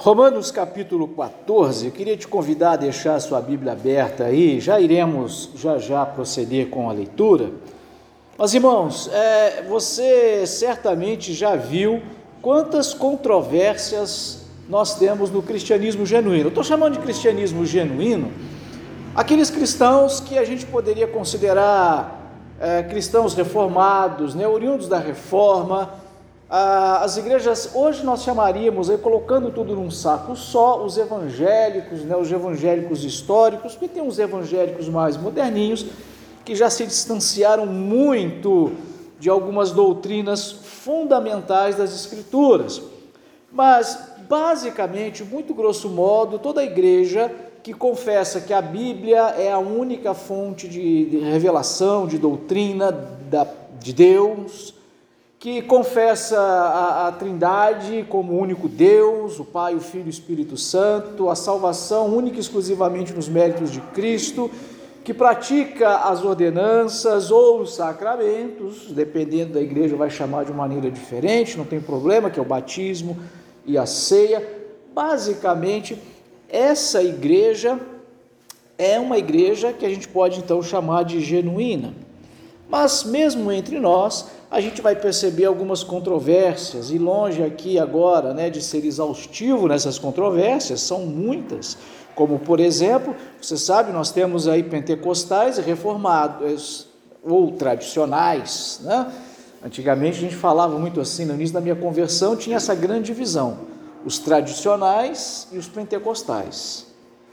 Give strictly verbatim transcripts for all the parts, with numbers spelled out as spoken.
Romanos capítulo quatorze, eu queria te convidar a deixar a sua Bíblia aberta aí, já iremos já já proceder com a leitura. Mas irmãos, é, você certamente já viu quantas controvérsias nós temos no cristianismo genuíno. Eu estou chamando de cristianismo genuíno aqueles cristãos que a gente poderia considerar é, cristãos reformados, né, oriundos da reforma. As igrejas, hoje nós chamaríamos, aí, colocando tudo num saco só, os evangélicos, né, os evangélicos históricos, porque tem uns evangélicos mais moderninhos, que já se distanciaram muito de algumas doutrinas fundamentais das Escrituras. Mas, basicamente, muito grosso modo, toda a igreja que confessa que a Bíblia é a única fonte de, de revelação, de doutrina da, de Deus, que confessa a, a Trindade como único Deus, o Pai, o Filho e o Espírito Santo, a salvação única e exclusivamente nos méritos de Cristo, que pratica as ordenanças ou os sacramentos, dependendo da igreja vai chamar de maneira diferente, não tem problema, que é o batismo e a ceia. Basicamente, essa igreja é uma igreja que a gente pode então chamar de genuína. Mas mesmo entre nós, a gente vai perceber algumas controvérsias, e longe aqui agora, né, de ser exaustivo nessas controvérsias, são muitas, como por exemplo, você sabe, nós temos aí pentecostais e reformados, ou tradicionais, né? Antigamente a gente falava muito assim, no início da minha conversão tinha essa grande divisão, os tradicionais e os pentecostais.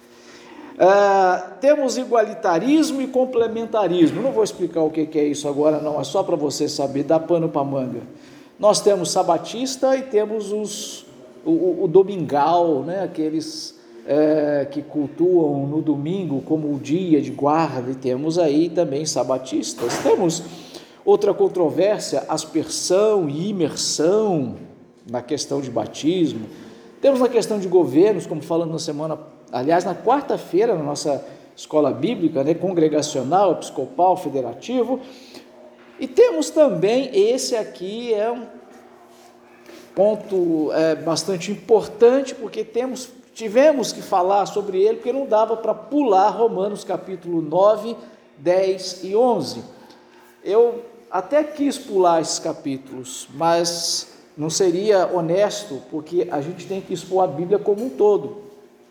Uh, temos igualitarismo e complementarismo. Não vou explicar o que é isso agora, não, é só para você saber, dá pano para manga. Nós temos sabatista e temos os, o, o domingal, né? Aqueles é, que cultuam no domingo como o dia de guarda, e temos aí também sabatistas. Temos outra controvérsia, aspersão e imersão na questão de batismo. Temos na questão de governos, como falando na semana Aliás, na quarta-feira, na nossa escola bíblica, né, congregacional, episcopal, federativo, e temos também, esse aqui é um ponto é, bastante importante, porque temos, tivemos que falar sobre ele, porque não dava para pular Romanos capítulo nove, dez e onze. Eu até quis pular esses capítulos, mas não seria honesto, porque a gente tem que expor a Bíblia como um todo.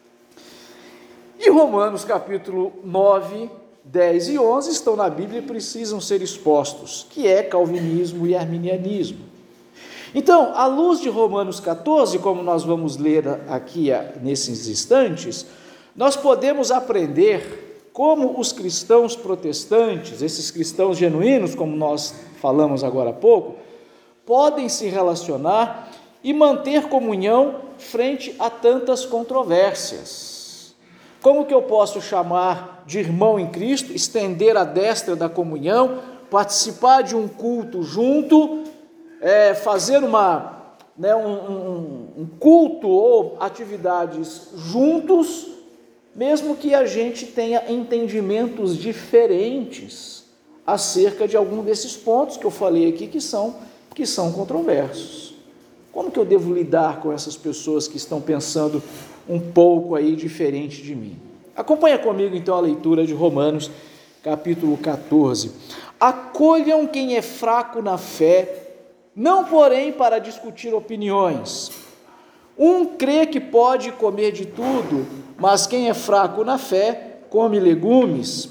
E Romanos capítulo nove, dez e onze estão na Bíblia e precisam ser expostos, que é calvinismo e arminianismo. Então, à luz de Romanos catorze, como nós vamos ler aqui nesses instantes, nós podemos aprender como os cristãos protestantes, esses cristãos genuínos, como nós falamos agora há pouco, podem se relacionar e manter comunhão frente a tantas controvérsias. Como que eu posso chamar de irmão em Cristo, estender a destra da comunhão, participar de um culto junto, é, fazer uma, né, um, um, um culto ou atividades juntos, mesmo que a gente tenha entendimentos diferentes acerca de algum desses pontos que eu falei aqui que são, que são controversos. Como que eu devo lidar com essas pessoas que estão pensando um pouco aí diferente de mim? Acompanha comigo então a leitura de Romanos capítulo catorze. Acolham quem é fraco na fé, não porém para discutir opiniões. Um crê que pode comer de tudo, mas quem é fraco na fé come legumes.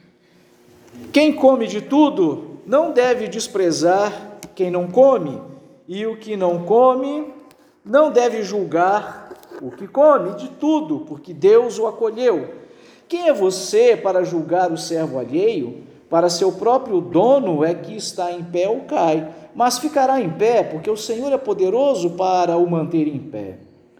Quem come de tudo não deve desprezar quem não come, e o que não come não deve julgar o que come de tudo, porque Deus o acolheu. Quem é você para julgar o servo alheio? Para seu próprio dono é que está em pé ou cai, mas ficará em pé, porque o Senhor é poderoso para o manter em pé.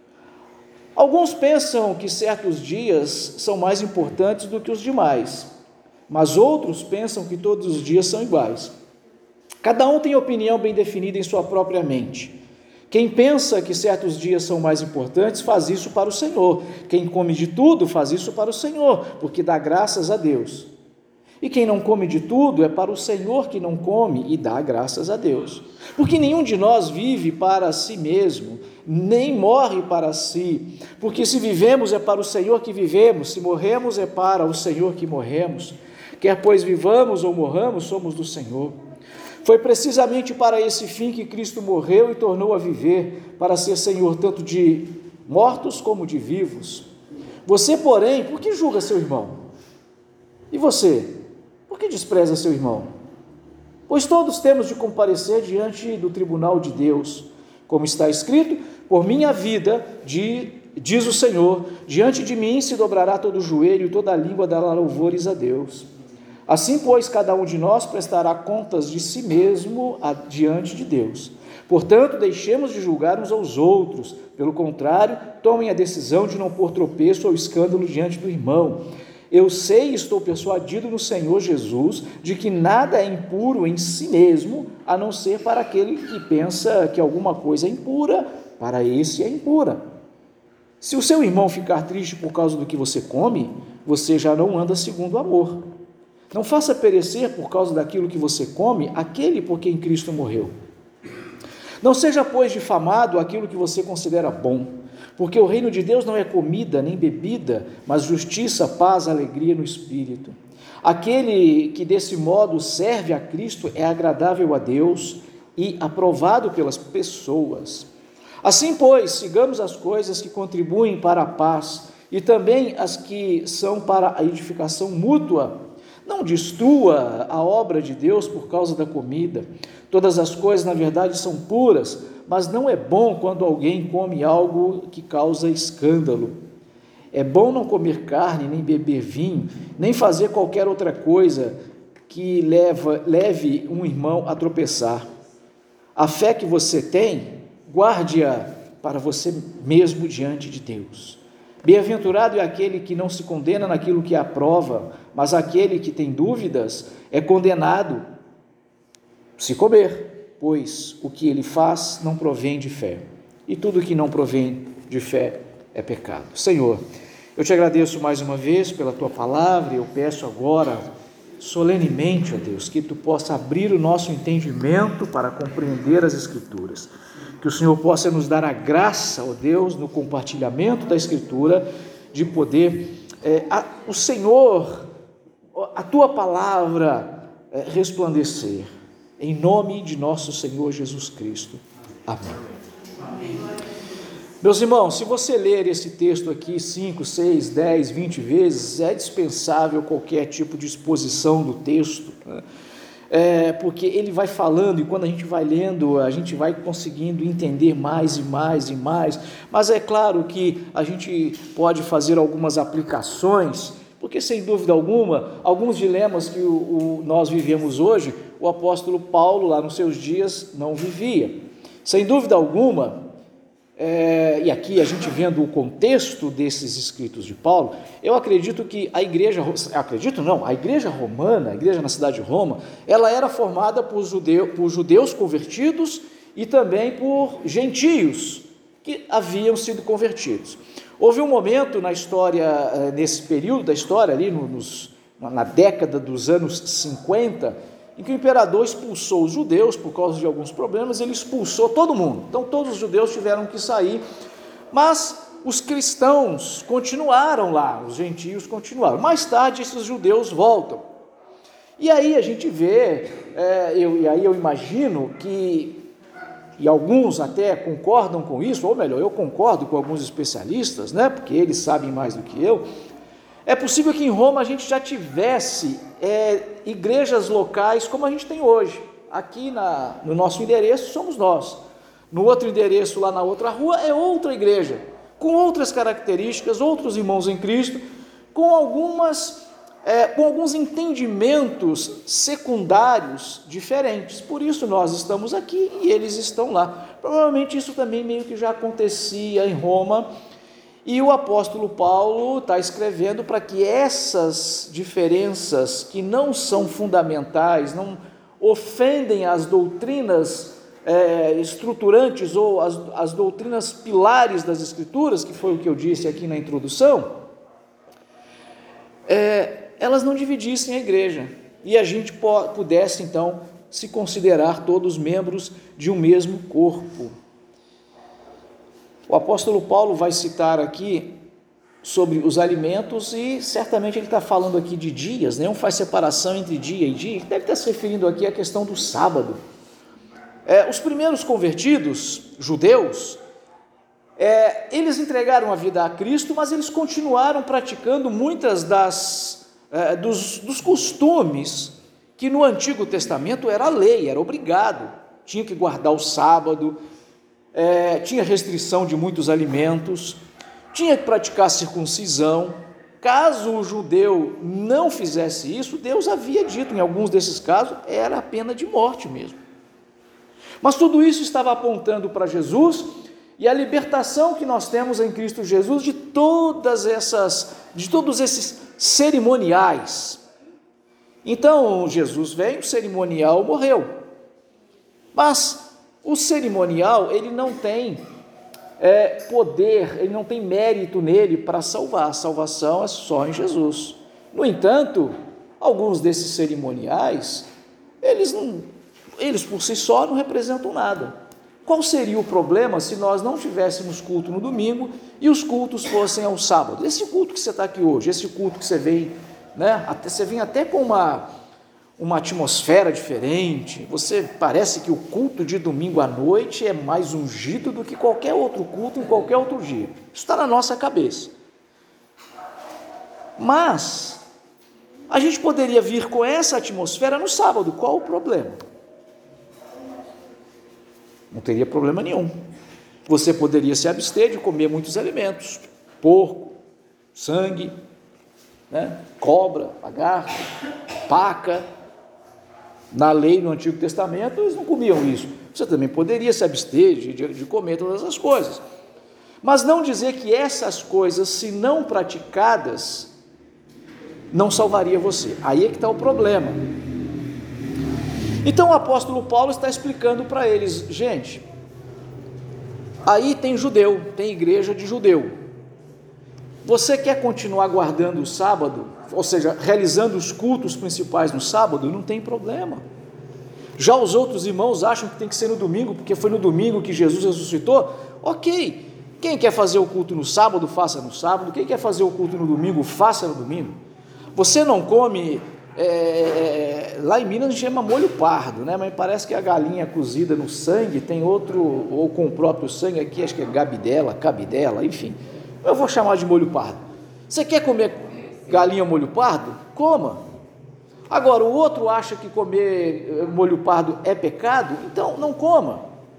Alguns pensam que certos dias são mais importantes do que os demais, mas outros pensam que todos os dias são iguais. Cada um tem opinião bem definida em sua própria mente. Quem pensa que certos dias são mais importantes, faz isso para o Senhor. Quem come de tudo, faz isso para o Senhor, porque dá graças a Deus. E quem não come de tudo, é para o Senhor que não come e dá graças a Deus. Porque nenhum de nós vive para si mesmo, nem morre para si, porque se vivemos é para o Senhor que vivemos, se morremos é para o Senhor que morremos. Quer pois vivamos ou morramos, somos do Senhor. Foi precisamente para esse fim que Cristo morreu e tornou a viver, para ser Senhor tanto de mortos como de vivos. Você, porém, por que julga seu irmão? E você, por que despreza seu irmão? Pois todos temos de comparecer diante do tribunal de Deus, como está escrito: por minha vida, de, diz o Senhor, diante de mim se dobrará todo o joelho e toda a língua dará louvores a Deus. Assim, pois, cada um de nós prestará contas de si mesmo diante de Deus. Portanto, deixemos de julgar uns aos outros. Pelo contrário, tomem a decisão de não pôr tropeço ou escândalo diante do irmão. Eu sei e estou persuadido no Senhor Jesus de que nada é impuro em si mesmo, a não ser para aquele que pensa que alguma coisa é impura, para esse é impura. Se o seu irmão ficar triste por causa do que você come, você já não anda segundo o amor. Não faça perecer por causa daquilo que você come aquele por quem Cristo morreu. Não seja, pois, difamado aquilo que você considera bom, porque o reino de Deus não é comida nem bebida, mas justiça, paz, alegria no Espírito. Aquele que desse modo serve a Cristo é agradável a Deus e aprovado pelas pessoas. Assim, pois, sigamos as coisas que contribuem para a paz e também as que são para a edificação mútua. Não destrua a obra de Deus por causa da comida. Todas as coisas, na verdade, são puras, mas não é bom quando alguém come algo que causa escândalo. É bom não comer carne, nem beber vinho, nem fazer qualquer outra coisa que leva, leve um irmão a tropeçar. A fé que você tem, guarde-a para você mesmo diante de Deus. Bem-aventurado é aquele que não se condena naquilo que aprova, mas aquele que tem dúvidas é condenado se comer, pois o que ele faz não provém de fé, e tudo que não provém de fé é pecado. Senhor, eu te agradeço mais uma vez pela tua palavra, e eu peço agora, solenemente, ó Deus, que tu possa abrir o nosso entendimento para compreender as Escrituras. Que o Senhor possa nos dar a graça, ó Deus, no compartilhamento da Escritura, de poder, é, a, o Senhor, a Tua palavra é, resplandecer, em nome de nosso Senhor Jesus Cristo. Amém. Amém. Meus irmãos, se você ler esse texto aqui cinco, seis, dez, vinte vezes, é dispensável qualquer tipo de exposição do texto, né? É, porque ele vai falando, e quando a gente vai lendo, a gente vai conseguindo entender mais e mais e mais, mas é claro que a gente pode fazer algumas aplicações, porque sem dúvida alguma, alguns dilemas que o, o, nós vivemos hoje, o apóstolo Paulo, lá nos seus dias, não vivia. Sem dúvida alguma, é, e aqui a gente vendo o contexto desses escritos de Paulo, eu acredito que a igreja, acredito não, a igreja romana, a igreja na cidade de Roma, ela era formada por, judeu, por judeus convertidos e também por gentios que haviam sido convertidos. Houve um momento na história, nesse período da história, ali nos, na década dos anos cinquenta, em que o imperador expulsou os judeus por causa de alguns problemas, ele expulsou todo mundo. Então todos os judeus tiveram que sair, mas os cristãos continuaram lá, os gentios continuaram. Mais tarde esses judeus voltam. E aí a gente vê, é, eu, e aí eu imagino que, e alguns até concordam com isso, ou melhor, eu concordo com alguns especialistas, né, porque eles sabem mais do que eu. É possível que em Roma a gente já tivesse é, igrejas locais como a gente tem hoje. Aqui na, no nosso endereço somos nós. No outro endereço, lá na outra rua, é outra igreja, com outras características, outros irmãos em Cristo, com, algumas, é, com alguns entendimentos secundários diferentes. Por isso nós estamos aqui e eles estão lá. Provavelmente isso também meio que já acontecia em Roma. E o apóstolo Paulo está escrevendo para que essas diferenças que não são fundamentais, não ofendem as doutrinas é, estruturantes ou as, as doutrinas pilares das Escrituras, que foi o que eu disse aqui na introdução, é, elas não dividissem a igreja e a gente pudesse então se considerar todos membros de um mesmo corpo. O apóstolo Paulo vai citar aqui sobre os alimentos e certamente ele está falando aqui de dias, nenhum faz separação entre dia e dia, ele deve estar se referindo aqui à questão do sábado. É, os primeiros convertidos, judeus, é, eles entregaram a vida a Cristo, mas eles continuaram praticando muitas das, é, dos, dos costumes que no Antigo Testamento era lei, era obrigado, tinha que guardar o sábado, é, tinha restrição de muitos alimentos, tinha que praticar circuncisão. Caso o judeu não fizesse isso, Deus havia dito, em alguns desses casos, era a pena de morte mesmo. Mas tudo isso estava apontando para Jesus e a libertação que nós temos em Cristo Jesus de todas essas, de todos esses cerimoniais. Então, Jesus veio, o cerimonial morreu. Mas o cerimonial, ele não tem É, poder, ele não tem mérito nele para salvar, a salvação é só em Jesus. No entanto, alguns desses cerimoniais, eles, não, eles por si só não representam nada. Qual seria o problema se nós não tivéssemos culto no domingo e os cultos fossem ao sábado? Esse culto que você está aqui hoje, esse culto que você vem, né, até, você vem até com uma, uma atmosfera diferente, você parece que o culto de domingo à noite é mais ungido do que qualquer outro culto em qualquer outro dia. Isso está na nossa cabeça. Mas a gente poderia vir com essa atmosfera no sábado, qual o problema? Não teria problema nenhum. Você poderia se abster de comer muitos alimentos, porco, sangue, né, cobra, lagarto, paca. Na lei, no Antigo Testamento, eles não comiam isso. Você também poderia se abster de, de, de comer todas as coisas. Mas não dizer que essas coisas, se não praticadas, não salvaria você. Aí é que está o problema. Então o apóstolo Paulo está explicando para eles, gente, aí tem judeu, tem igreja de judeu. Você quer continuar guardando o sábado, ou seja, realizando os cultos principais no sábado, não tem problema. Já os outros irmãos acham que tem que ser no domingo, porque foi no domingo que Jesus ressuscitou. Ok, quem quer fazer o culto no sábado, faça no sábado. Quem quer fazer o culto no domingo, faça no domingo. Você não come, é, lá em Minas a gente chama molho pardo, né? Mas parece que a galinha cozida no sangue tem outro, ou com o próprio sangue aqui, acho que é gabidela, cabidela, enfim. Eu vou chamar de molho pardo. Você quer comer galinha molho pardo? Coma. Agora, o outro acha que comer molho pardo é pecado? Então, não coma.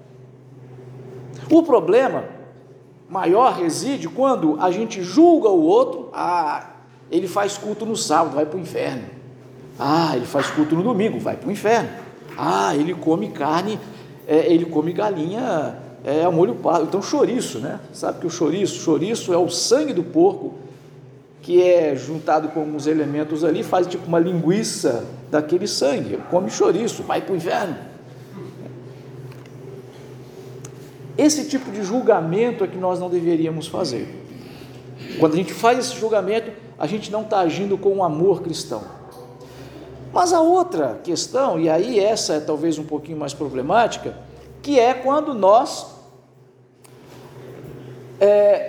O problema maior reside quando a gente julga o outro. Ah, ele faz culto no sábado, vai para o inferno. Ah, ele faz culto no domingo, vai para o inferno. Ah, ele come carne, é, ele come galinha, é molho pardo. Então, chouriço, né? Sabe que o chouriço, chouriço é o sangue do porco, que é juntado com alguns elementos ali, faz tipo uma linguiça daquele sangue, come chouriço, vai para o inferno. Esse tipo de julgamento é que nós não deveríamos fazer. Quando a gente faz esse julgamento, a gente não está agindo com um amor cristão. Mas a outra questão, e aí essa é talvez um pouquinho mais problemática, que é quando nós é,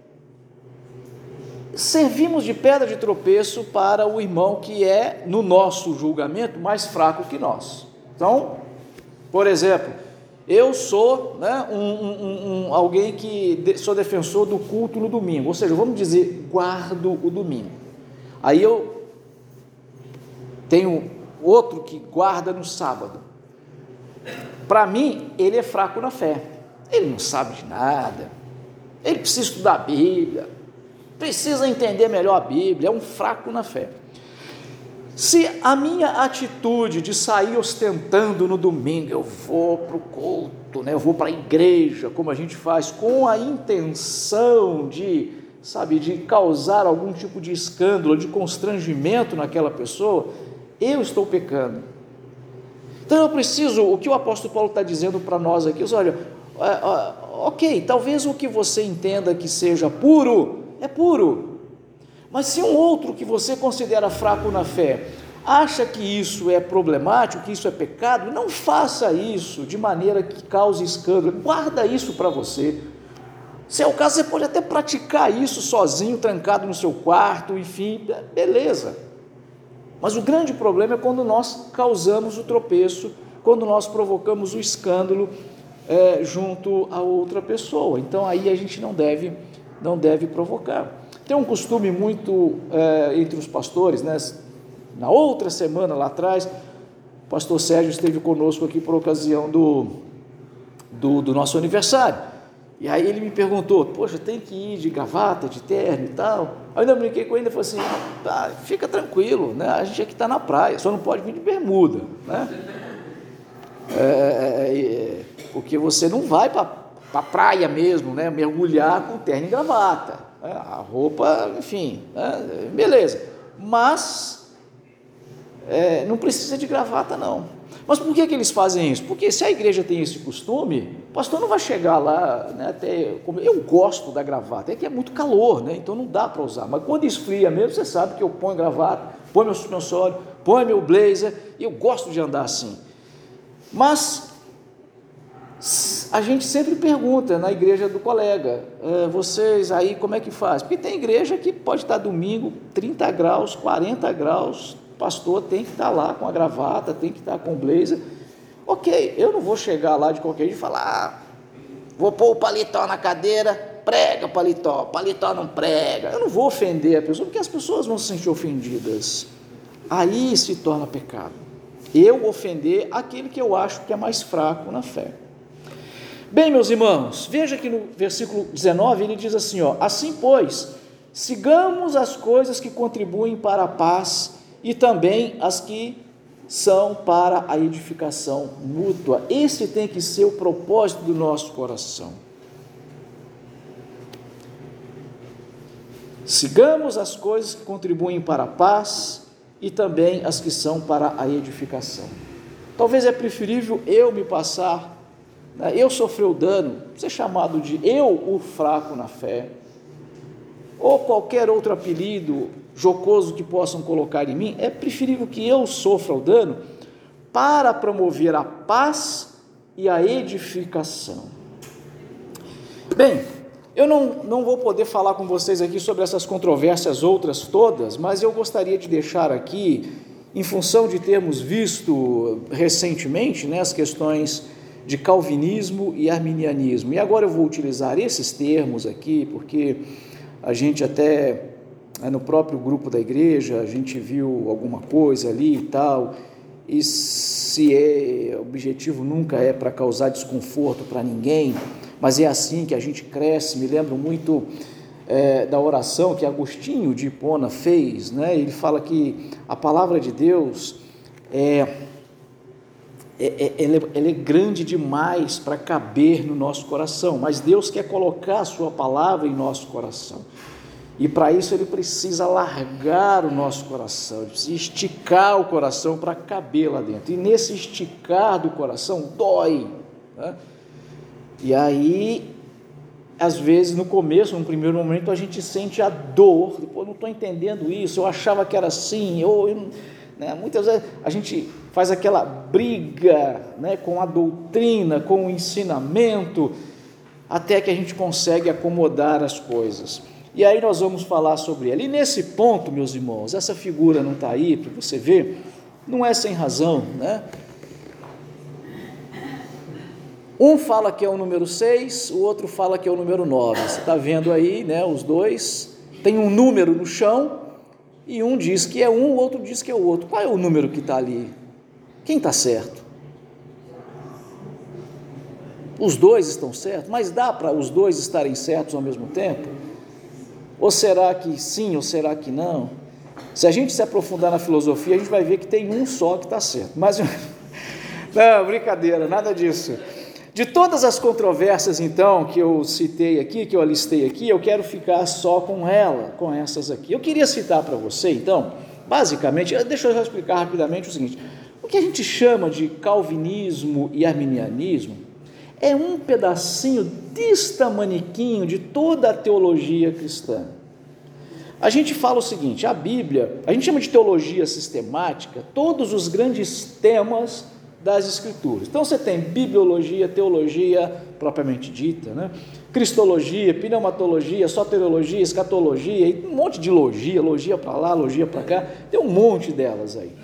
servimos de pedra de tropeço para o irmão que é, no nosso julgamento, mais fraco que nós. Então, por exemplo, eu sou, né, um, um, um, alguém que de, sou defensor do culto no domingo, ou seja, vamos dizer, guardo o domingo. Aí eu tenho outro que guarda no sábado. Para mim, ele é fraco na fé, ele não sabe de nada, ele precisa estudar a Bíblia, precisa entender melhor a Bíblia, é um fraco na fé. Se a minha atitude de sair ostentando no domingo, eu vou para o culto, né, eu vou para a igreja, como a gente faz, com a intenção de, sabe, de causar algum tipo de escândalo, de constrangimento naquela pessoa, eu estou pecando. Então eu preciso, o que o apóstolo Paulo está dizendo para nós aqui, olha, ok, talvez o que você entenda que seja puro, é puro, mas se um outro que você considera fraco na fé, acha que isso é problemático, que isso é pecado, não faça isso de maneira que cause escândalo, guarda isso para você, Se é o caso, você pode até praticar isso sozinho, trancado no seu quarto, enfim, beleza. Mas o grande problema é quando nós causamos o tropeço, quando nós provocamos o escândalo é, junto a outra pessoa. Então aí a gente não deve, não deve provocar. Tem um costume muito é, entre os pastores, né? Na outra semana lá atrás, o pastor Sérgio esteve conosco aqui por ocasião do, do, do nosso aniversário. E aí ele me perguntou, poxa, tem que ir de gravata, de terno e tal. Aí eu ainda brinquei com ele e falei assim, ah, fica tranquilo, né? A gente aqui está na praia, só não pode vir de bermuda, né? É, é, porque você não vai para a praia mesmo, né? Mergulhar com terno e gravata, né? A roupa, enfim, né? Beleza. Mas é, não precisa de gravata não. Mas por que que eles fazem isso? Porque se a igreja tem esse costume, o pastor não vai chegar lá, né, até, eu gosto da gravata, é que é muito calor, né, então não dá para usar, mas quando esfria mesmo, você sabe que eu ponho gravata, ponho meu suspensório, ponho meu blazer, e eu gosto de andar assim. Mas a gente sempre pergunta na igreja do colega, é, vocês aí como é que faz? Porque tem igreja que pode estar domingo, trinta graus, quarenta graus, o pastor tem que estar lá com a gravata, tem que estar com o blazer. Ok, eu não vou chegar lá de qualquer jeito e falar, ah, vou pôr o paletó na cadeira, prega paletó, paletó não prega. Eu não vou ofender a pessoa, porque as pessoas vão se sentir ofendidas. Aí se torna pecado. Eu ofender aquele que eu acho que é mais fraco na fé. Bem, meus irmãos, veja que no versículo dezenove ele diz assim, ó, assim pois, sigamos as coisas que contribuem para a paz e também as que são para a edificação mútua. Esse tem que ser o propósito do nosso coração. Sigamos as coisas que contribuem para a paz e também as que são para a edificação. Talvez é preferível eu me passar, né, eu sofrer o dano, ser chamado de eu o fraco na fé, ou qualquer outro apelido jocoso que possam colocar em mim, é preferível que eu sofra o dano para promover a paz e a edificação. Bem, eu não, não vou poder falar com vocês aqui sobre essas controvérsias outras todas, mas eu gostaria de deixar aqui, em função de termos visto recentemente, né, as questões de calvinismo e arminianismo, e agora eu vou utilizar esses termos aqui, porque a gente até, no próprio grupo da igreja, a gente viu alguma coisa ali e tal, e se é, o objetivo nunca é para causar desconforto para ninguém, mas é assim que a gente cresce. Me lembro muito é, da oração que Agostinho de Hipona fez, né? Ele fala que a palavra de Deus é, é, é, ela é, ela é grande demais para caber no nosso coração, mas Deus quer colocar a sua palavra em nosso coração. E para isso ele precisa largar o nosso coração, ele precisa esticar o coração para caber lá dentro. E nesse esticar do coração dói, né? E aí, às vezes, no começo, no primeiro momento, a gente sente a dor. Depois, não estou entendendo isso, eu achava que era assim. Ou, eu, né? Muitas vezes a gente faz aquela briga, né, com a doutrina, com o ensinamento, até que a gente consegue acomodar as coisas. E aí nós vamos falar sobre ela. E nesse ponto, meus irmãos, essa figura não está aí para você ver, não é sem razão, né? Um fala que é o número seis, o outro fala que é o número nove. Você está vendo aí, né? Os dois tem um número no chão e um diz que é um, o outro diz que é o outro. Qual é o número que está ali? Quem está certo? Os dois estão certos, mas dá para os dois estarem certos ao mesmo tempo? Ou será que sim, ou será que não? Se a gente se aprofundar na filosofia, a gente vai ver que tem um só que está certo. Mas, não, brincadeira, nada disso. De todas as controvérsias, então, que eu citei aqui, que eu alistei aqui, eu quero ficar só com ela, com essas aqui. Eu queria citar para você, então, basicamente, deixa eu explicar rapidamente o seguinte: o que a gente chama de calvinismo e arminianismo é um pedacinho desse tamaniquinho de toda a teologia cristã. A gente fala o seguinte, a Bíblia, a gente chama de teologia sistemática todos os grandes temas das Escrituras. Então você tem bibliologia, teologia propriamente dita, né? cristologia, pneumatologia, soteriologia, escatologia, e um monte de logia, logia para lá, logia para cá, tem um monte delas aí.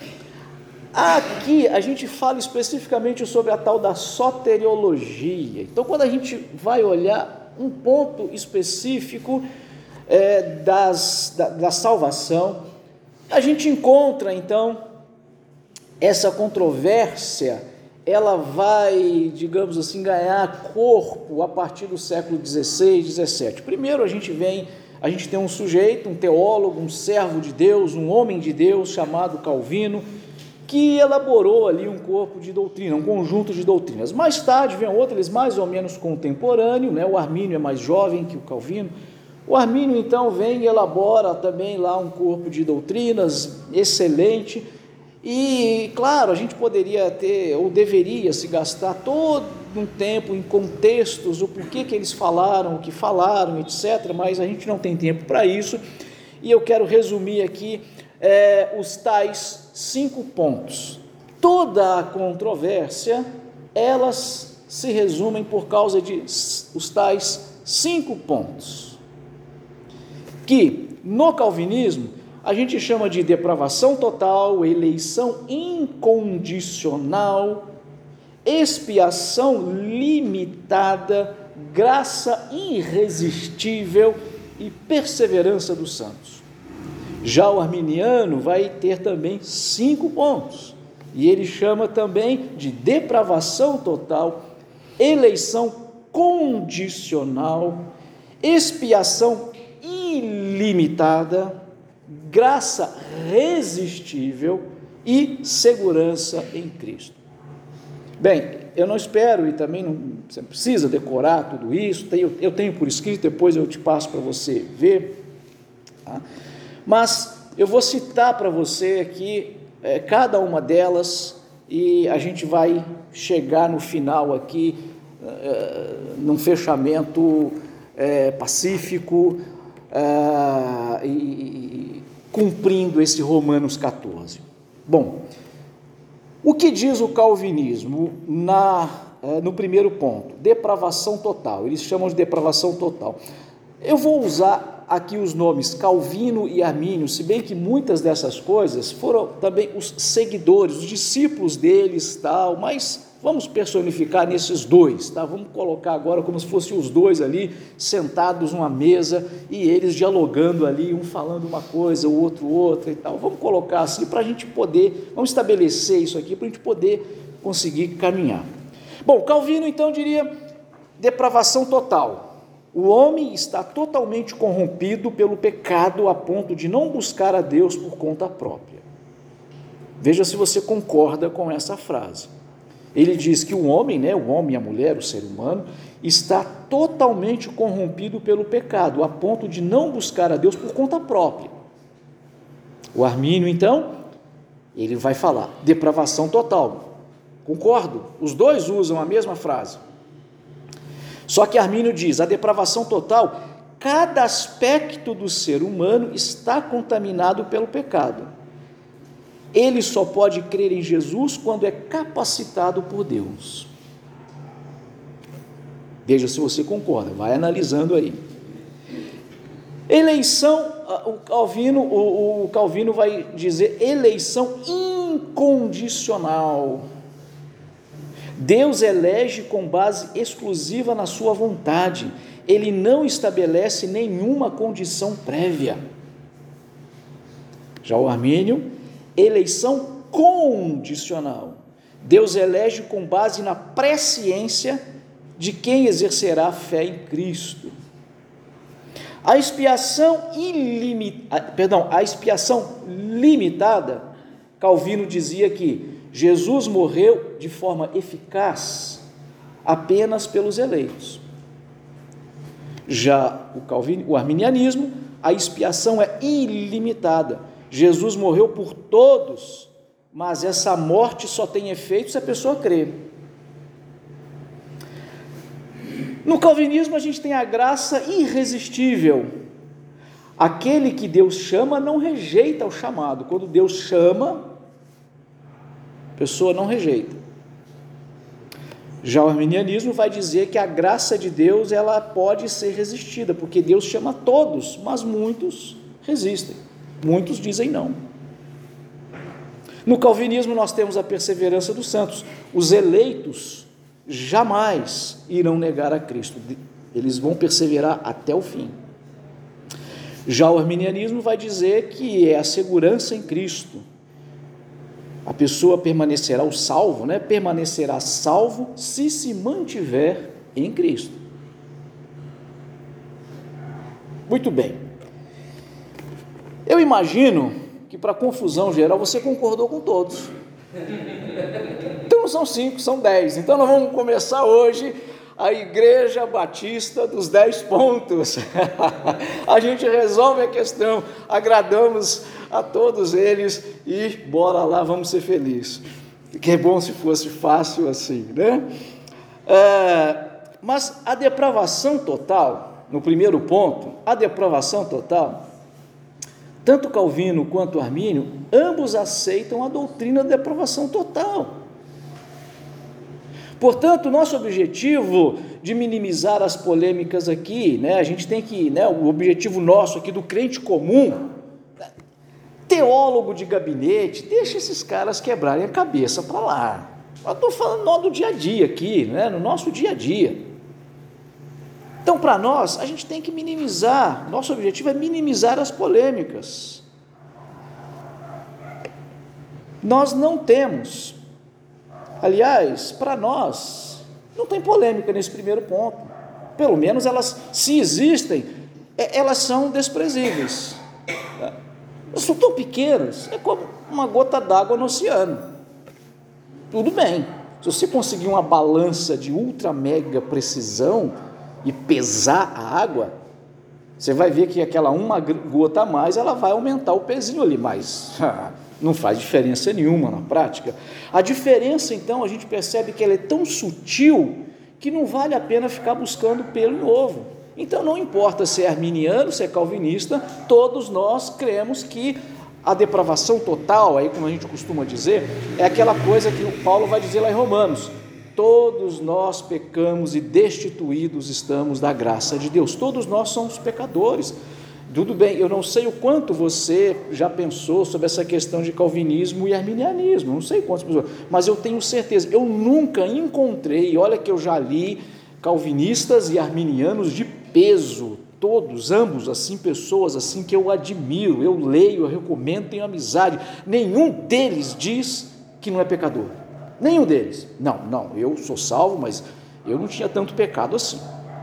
Aqui a gente fala especificamente sobre a tal da soteriologia. Então, quando a gente vai olhar um ponto específico é, das, da, da salvação, a gente encontra então essa controvérsia. Ela vai, digamos assim, ganhar corpo a partir do século dezesseis, dezessete. Primeiro a gente vem, a gente tem um sujeito, um teólogo, um servo de Deus, um homem de Deus chamado Calvino, que elaborou ali um corpo de doutrina, um conjunto de doutrinas. Mais tarde vem outro, eles mais ou menos contemporâneo, né? O Armínio é mais jovem que o Calvino. O Armínio então vem e elabora também lá um corpo de doutrinas excelente. E, claro, a gente poderia ter, ou deveria se gastar todo um tempo em contextos, o porquê que eles falaram, o que falaram, etcétera, mas a gente não tem tempo para isso, e eu quero resumir aqui é, os tais cinco pontos. Toda a controvérsia, elas se resumem por causa de os tais cinco pontos, que no calvinismo a gente chama de depravação total, eleição incondicional, expiação limitada, graça irresistível e perseverança dos santos. Já o arminiano vai ter também cinco pontos, e ele chama também de depravação total, eleição condicional, expiação ilimitada, graça irresistível e segurança em Cristo. Bem, eu não espero e também não, você não precisa decorar tudo isso, tenho, eu tenho por escrito, depois eu te passo para você ver, tá? Mas eu vou citar para você aqui é, cada uma delas e a gente vai chegar no final aqui, é, num fechamento é, pacífico, é, e cumprindo esse Romanos catorze. Bom, o que diz o calvinismo na, no primeiro ponto? Depravação total, eles chamam de depravação total. Eu vou usar aqui os nomes Calvino e Armínio, se bem que muitas dessas coisas foram também os seguidores, os discípulos deles, tal, mas vamos personificar nesses dois, tá? Vamos colocar agora como se fossem os dois ali, sentados numa mesa, e eles dialogando ali, um falando uma coisa, o outro outra e tal. Vamos colocar assim, para a gente poder, vamos estabelecer isso aqui, para a gente poder conseguir caminhar. Bom, Calvino então diria depravação total. O homem está totalmente corrompido pelo pecado a ponto de não buscar a Deus por conta própria. Veja se você concorda com essa frase. Ele diz que o homem, né, o homem, a mulher, o ser humano, está totalmente corrompido pelo pecado, a ponto de não buscar a Deus por conta própria. O Armínio, então, ele vai falar depravação total. Concordo? Os dois usam a mesma frase. Só que Armínio diz, a depravação total, cada aspecto do ser humano está contaminado pelo pecado. Ele só pode crer em Jesus quando é capacitado por Deus. Veja se você concorda, vai analisando aí. Eleição, o Calvino, o, o Calvino vai dizer eleição incondicional. Deus elege com base exclusiva na sua vontade. Ele não estabelece nenhuma condição prévia. Já o Armínio, eleição condicional. Deus elege com base na presciência de quem exercerá a fé em Cristo. A expiação ilimitada, perdão, a expiação limitada, Calvino dizia que Jesus morreu de forma eficaz apenas pelos eleitos. Já o Calvino, o arminianismo, a expiação é ilimitada. Jesus morreu por todos, mas essa morte só tem efeito se a pessoa crer. No calvinismo a gente tem a graça irresistível. Aquele que Deus chama não rejeita o chamado. Quando Deus chama, a pessoa não rejeita. Já o arminianismo vai dizer que a graça de Deus ela pode ser resistida, porque Deus chama todos, mas muitos resistem, muitos dizem não. No calvinismo nós temos a perseverança dos santos, os eleitos jamais irão negar a Cristo, eles vão perseverar até o fim. Já o arminianismo vai dizer que é a segurança em Cristo, a pessoa permanecerá, o salvo, né, permanecerá salvo se se mantiver em Cristo. Muito bem, eu imagino que para confusão geral você concordou com todos, então não são cinco, são dez, então nós vamos começar hoje a Igreja Batista dos dez pontos, a gente resolve a questão, agradamos a todos eles e bora lá, vamos ser felizes, que é bom se fosse fácil assim, né? É, mas a depravação total, no primeiro ponto, a depravação total, tanto Calvino quanto Armínio, ambos aceitam a doutrina da depravação total. Portanto, nosso objetivo de minimizar as polêmicas aqui, né, a gente tem que, né, o objetivo nosso aqui do crente comum, teólogo de gabinete, deixa esses caras quebrarem a cabeça para lá. Eu estou falando no do dia a dia aqui, né, no nosso dia a dia. Então, para nós, a gente tem que minimizar, nosso objetivo é minimizar as polêmicas. Nós não temos, aliás, para nós, não tem polêmica nesse primeiro ponto, pelo menos elas, se existem, elas são desprezíveis, elas são tão pequenas, é como uma gota d'água no oceano, tudo bem, se você conseguir uma balança de ultra mega precisão e pesar a água, você vai ver que aquela uma gota a mais, ela vai aumentar o pezinho ali, mas não faz diferença nenhuma na prática. A diferença, então, a gente percebe que ela é tão sutil que não vale a pena ficar buscando pelo em ovo. Então, não importa se é arminiano, se é calvinista, todos nós cremos que a depravação total, aí como a gente costuma dizer, é aquela coisa que o Paulo vai dizer lá em Romanos: todos nós pecamos e destituídos estamos da graça de Deus, todos nós somos pecadores. Tudo bem, eu não sei o quanto você já pensou sobre essa questão de calvinismo e arminianismo, não sei quantas pessoas, mas eu tenho certeza, eu nunca encontrei, olha que eu já li calvinistas e arminianos de peso, todos, ambos, assim, pessoas assim que eu admiro, eu leio, eu recomendo, tenho amizade, nenhum deles diz que não é pecador, nenhum deles, não, não, eu sou salvo, mas eu não tinha tanto pecado assim.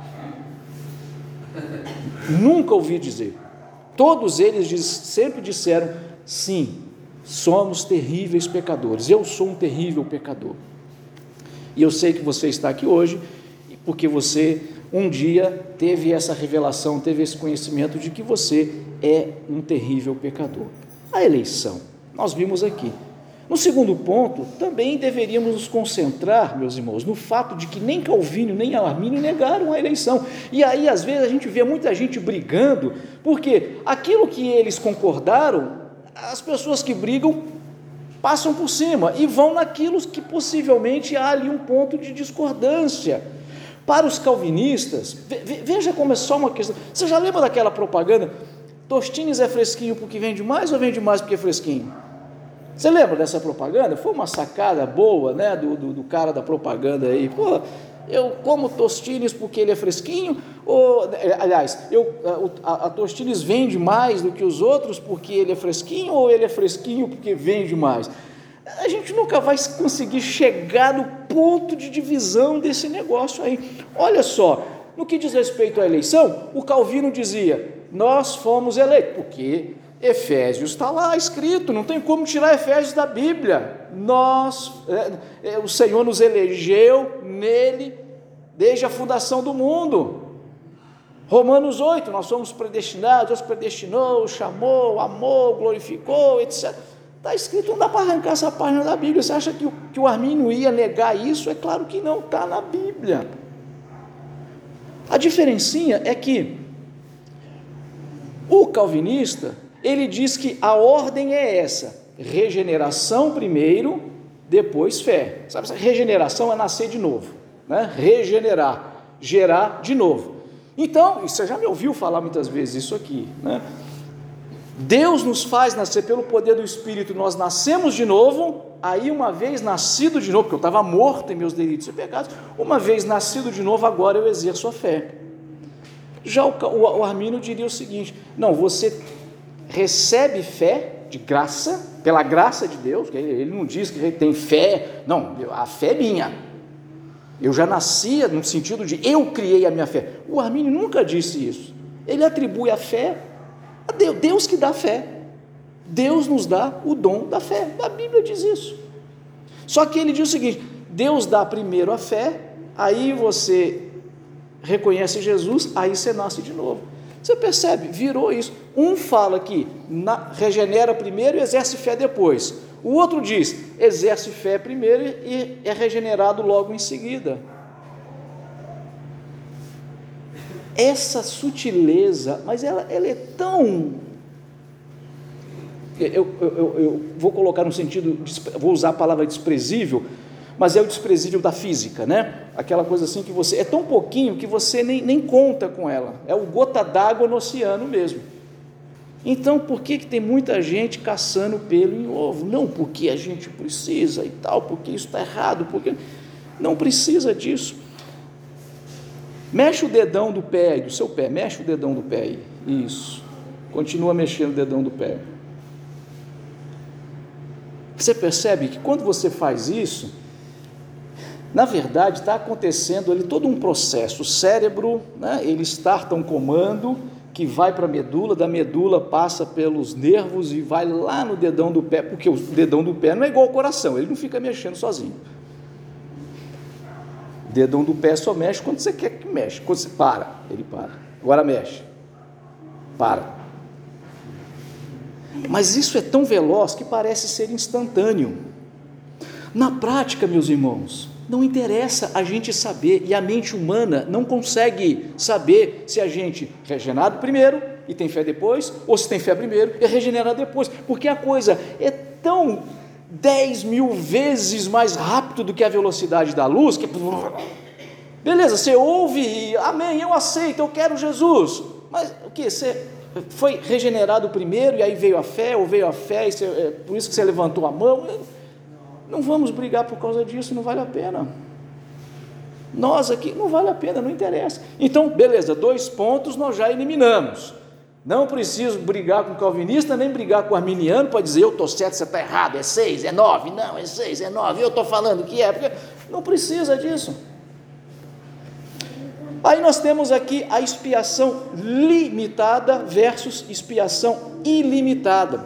Nunca ouvi dizer. Todos eles diz, sempre disseram: sim, somos terríveis pecadores, eu sou um terrível pecador. E eu sei que você está aqui hoje porque você um dia teve essa revelação, teve esse conhecimento de que você é um terrível pecador. A eleição, nós vimos aqui. No segundo ponto, também deveríamos nos concentrar, meus irmãos, no fato de que nem Calvino nem Armínio negaram a eleição. E aí, às vezes, a gente vê muita gente brigando, porque aquilo que eles concordaram, as pessoas que brigam passam por cima e vão naquilo que possivelmente há ali um ponto de discordância. Para os calvinistas, veja como é só uma questão. Você já lembra daquela propaganda? Tostines é fresquinho porque vende mais ou vende mais porque é fresquinho? Você lembra dessa propaganda? Foi uma sacada boa, né, do, do, do cara da propaganda aí. Pô, eu como Tostines porque ele é fresquinho, ou, aliás, eu, a, a Tostines vende mais do que os outros porque ele é fresquinho, ou ele é fresquinho porque vende mais? A gente nunca vai conseguir chegar no ponto de divisão desse negócio aí. Olha só, no que diz respeito à eleição, o Calvino dizia: nós fomos eleitos, porque Efésios está lá escrito, não tem como tirar Efésios da Bíblia. Nós, é, é, o Senhor nos elegeu nele desde a fundação do mundo. Romanos oito, nós somos predestinados, Deus predestinou, chamou, amou, glorificou, etcétera. Está escrito, não dá para arrancar essa página da Bíblia. Você acha que o, que o Armínio ia negar isso? É claro que não, está na Bíblia. A diferencinha é que o calvinista, ele diz que a ordem é essa: regeneração primeiro, depois fé. Sabe, regeneração é nascer de novo. né? Regenerar, gerar de novo. Então, você já me ouviu falar muitas vezes isso aqui, né? Deus nos faz nascer pelo poder do Espírito, nós nascemos de novo. Aí uma vez nascido de novo, porque eu estava morto em meus delitos e pecados, uma vez nascido de novo, agora eu exerço a fé. Já o, o, o Armínio diria o seguinte: não, você recebe fé de graça, pela graça de Deus, ele não diz que ele tem fé, não, a fé é minha, eu já nascia no sentido de eu criei a minha fé. O Armínio nunca disse isso, ele atribui a fé a Deus, Deus que dá fé, Deus nos dá o dom da fé, a Bíblia diz isso. Só que ele diz o seguinte: Deus dá primeiro a fé, aí você reconhece Jesus, aí você nasce de novo. Você percebe? Virou isso. Um fala que na, regenera primeiro e exerce fé depois. O outro diz, exerce fé primeiro e é regenerado logo em seguida. Essa sutileza, mas ela, ela é tão... Eu, eu, eu, eu vou colocar no sentido, vou usar a palavra desprezível, mas é o desprezível da física, né? Aquela coisa assim que você, é tão pouquinho que você nem, nem conta com ela, é o gota d'água no oceano mesmo. Então, por que, que tem muita gente caçando pelo em ovo? Não porque a gente precisa e tal, porque isso está errado, porque não precisa disso. Mexe o dedão do pé aí, do seu pé, mexe o dedão do pé aí, isso, continua mexendo o dedão do pé. Você percebe que quando você faz isso, na verdade está acontecendo ali todo um processo, o cérebro, né, ele starta um comando que vai para a medula, da medula passa pelos nervos e vai lá no dedão do pé, porque o dedão do pé não é igual ao coração, ele não fica mexendo sozinho. O dedão do pé só mexe quando você quer que mexe, quando você para, ele para, agora mexe, para. Mas isso é tão veloz que parece ser instantâneo. Na prática, meus irmãos, não interessa a gente saber, e a mente humana não consegue saber se a gente é regenerado primeiro e tem fé depois, ou se tem fé primeiro e é regenerado depois, porque a coisa é tão dez mil vezes mais rápido do que a velocidade da luz, que beleza, você ouve e amém, eu aceito, eu quero Jesus, mas o que? Você foi regenerado primeiro e aí veio a fé, ou veio a fé e você, é por isso que você levantou a mão? Não vamos brigar por causa disso, não vale a pena. Nós aqui, não vale a pena, não interessa. Então, beleza, dois pontos nós já eliminamos. Não preciso brigar com o calvinista, nem brigar com o arminiano para dizer, eu estou certo, você está errado, é seis, é nove, não, é seis, é nove, eu estou falando que é, porque não precisa disso. Aí nós temos aqui a expiação limitada versus expiação ilimitada.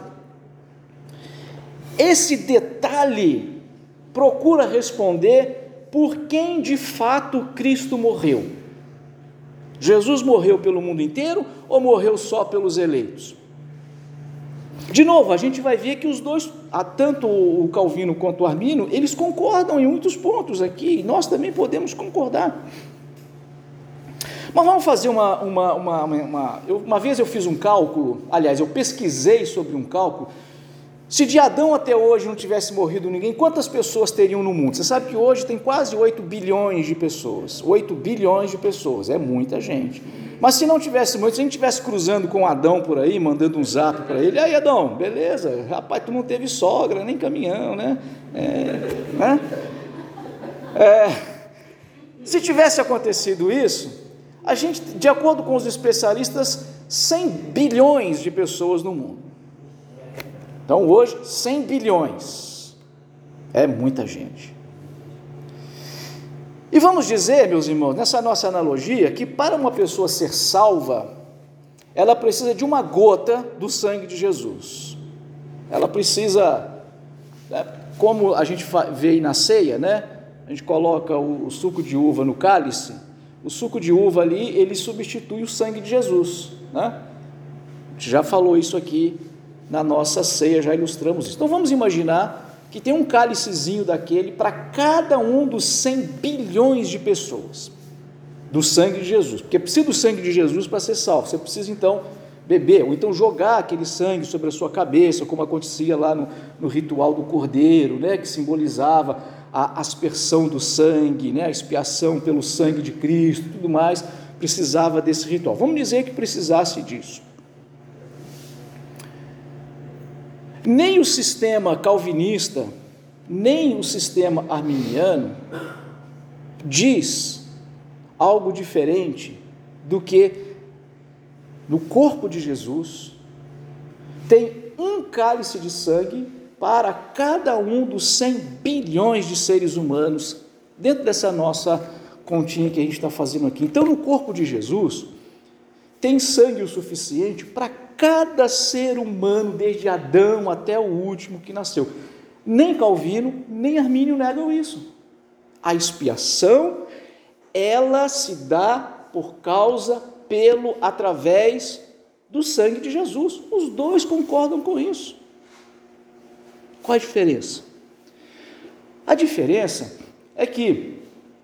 Esse detalhe procura responder por quem de fato Cristo morreu. Jesus morreu pelo mundo inteiro ou morreu só pelos eleitos? De novo, a gente vai ver que os dois, tanto o Calvino quanto o Armínio, eles concordam em muitos pontos aqui, e nós também podemos concordar. Mas vamos fazer uma, uma, uma, uma, eu, uma vez eu fiz um cálculo, aliás, eu pesquisei sobre um cálculo, se de Adão até hoje não tivesse morrido ninguém, quantas pessoas teriam no mundo? Você sabe que hoje tem quase oito bilhões de pessoas, oito bilhões de pessoas, é muita gente. Mas se não tivesse muito, se a gente estivesse cruzando com Adão por aí, mandando um zap para ele, aí Adão, beleza, rapaz, tu não teve sogra, nem caminhão, né? É, né? É, se tivesse acontecido isso, a gente, de acordo com os especialistas, cem bilhões de pessoas no mundo. Então hoje, cem bilhões, é muita gente. E vamos dizer, meus irmãos, nessa nossa analogia, que para uma pessoa ser salva, ela precisa de uma gota do sangue de Jesus. Ela precisa, né, como a gente vê aí na ceia, né? A gente coloca o, o suco de uva no cálice, o suco de uva ali, ele substitui o sangue de Jesus, né? A gente já falou isso aqui na nossa ceia, já ilustramos isso. Então vamos imaginar que tem um cálicezinho daquele para cada um dos cem bilhões de pessoas, do sangue de Jesus, porque precisa do sangue de Jesus para ser salvo, você precisa então beber, ou então jogar aquele sangue sobre a sua cabeça, como acontecia lá no, no ritual do cordeiro, né, que simbolizava a aspersão do sangue, né, a expiação pelo sangue de Cristo, tudo mais, precisava desse ritual. Vamos dizer que precisasse disso. Nem o sistema calvinista, nem o sistema arminiano diz algo diferente do que no corpo de Jesus tem um cálice de sangue para cada um dos cem bilhões de seres humanos, dentro dessa nossa continha que a gente está fazendo aqui. Então, no corpo de Jesus, tem sangue o suficiente para cada ser humano, desde Adão até o último que nasceu. Nem Calvino, nem Armínio negam isso. A expiação, ela se dá por causa, pelo, através do sangue de Jesus. Os dois concordam com isso. Qual a diferença? A diferença é que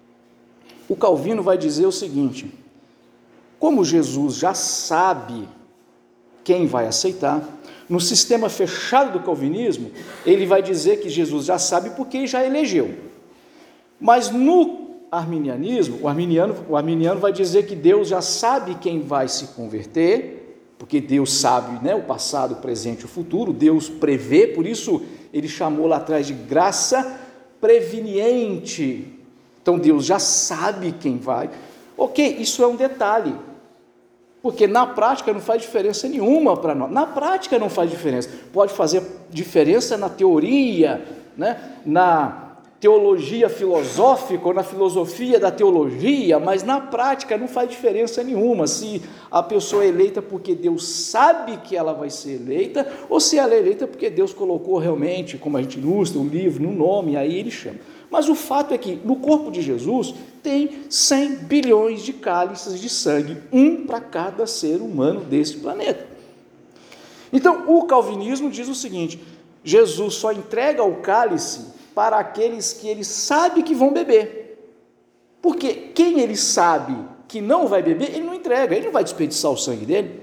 o Calvino vai dizer o seguinte: como Jesus já sabe quem vai aceitar, no sistema fechado do calvinismo, ele vai dizer que Jesus já sabe porque já elegeu. Mas no arminianismo, o arminiano, o arminiano vai dizer que Deus já sabe quem vai se converter, porque Deus sabe, né, o passado, o presente e o futuro, Deus prevê, por isso ele chamou lá atrás de graça preveniente. Então Deus já sabe quem vai. Ok, isso é um detalhe, porque na prática não faz diferença nenhuma para nós. Na prática não faz diferença. Pode fazer diferença na teoria, né? Na teologia filosófica ou na filosofia da teologia, mas na prática não faz diferença nenhuma se a pessoa é eleita porque Deus sabe que ela vai ser eleita ou se ela é eleita porque Deus colocou realmente, como a gente ilustra, o livro no nome, aí ele chama. Mas o fato é que no corpo de Jesus tem cem bilhões de cálices de sangue, um para cada ser humano desse planeta. Então, o calvinismo diz o seguinte: Jesus só entrega o cálice para aqueles que ele sabe que vão beber. Porque quem ele sabe que não vai beber, ele não entrega, ele não vai desperdiçar o sangue dele.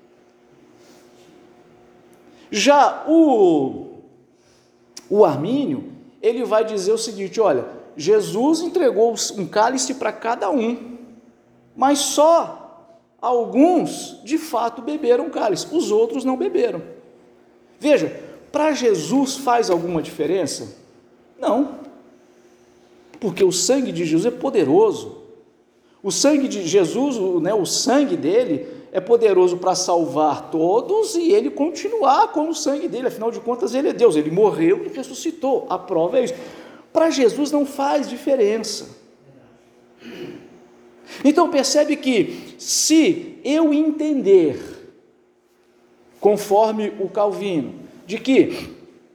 Já o, o Armínio, ele vai dizer o seguinte: olha, Jesus entregou um cálice para cada um, mas só alguns de fato beberam o cálice, os outros não beberam. Veja, para Jesus faz alguma diferença? Não, porque o sangue de Jesus é poderoso. O sangue de Jesus, o, né, o sangue dele é poderoso para salvar todos e ele continuar com o sangue dele, afinal de contas ele é Deus, ele morreu e ressuscitou, a prova é isso. Para Jesus não faz diferença. Então percebe que se eu entender, conforme o Calvino, de que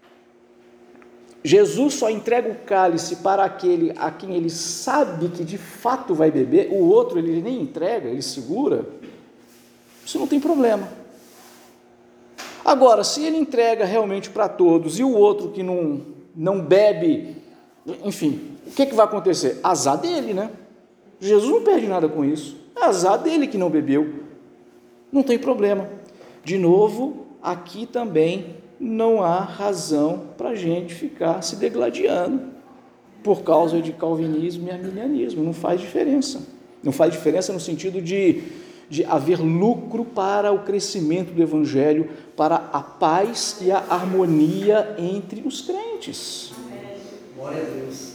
Jesus só entrega o cálice para aquele a quem ele sabe que de fato vai beber, o outro ele nem entrega, ele segura, isso não tem problema. Agora, se ele entrega realmente para todos e o outro que não, não bebe, enfim, o que, que vai acontecer? Azar dele, né? Jesus não perde nada com isso, é azar dele que não bebeu, não tem problema. De novo, aqui também não há razão para a gente ficar se degladiando por causa de calvinismo e arminianismo, não faz diferença. Não faz diferença no sentido de, de haver lucro para o crescimento do evangelho, para a paz e a harmonia entre os crentes. Glória a Deus.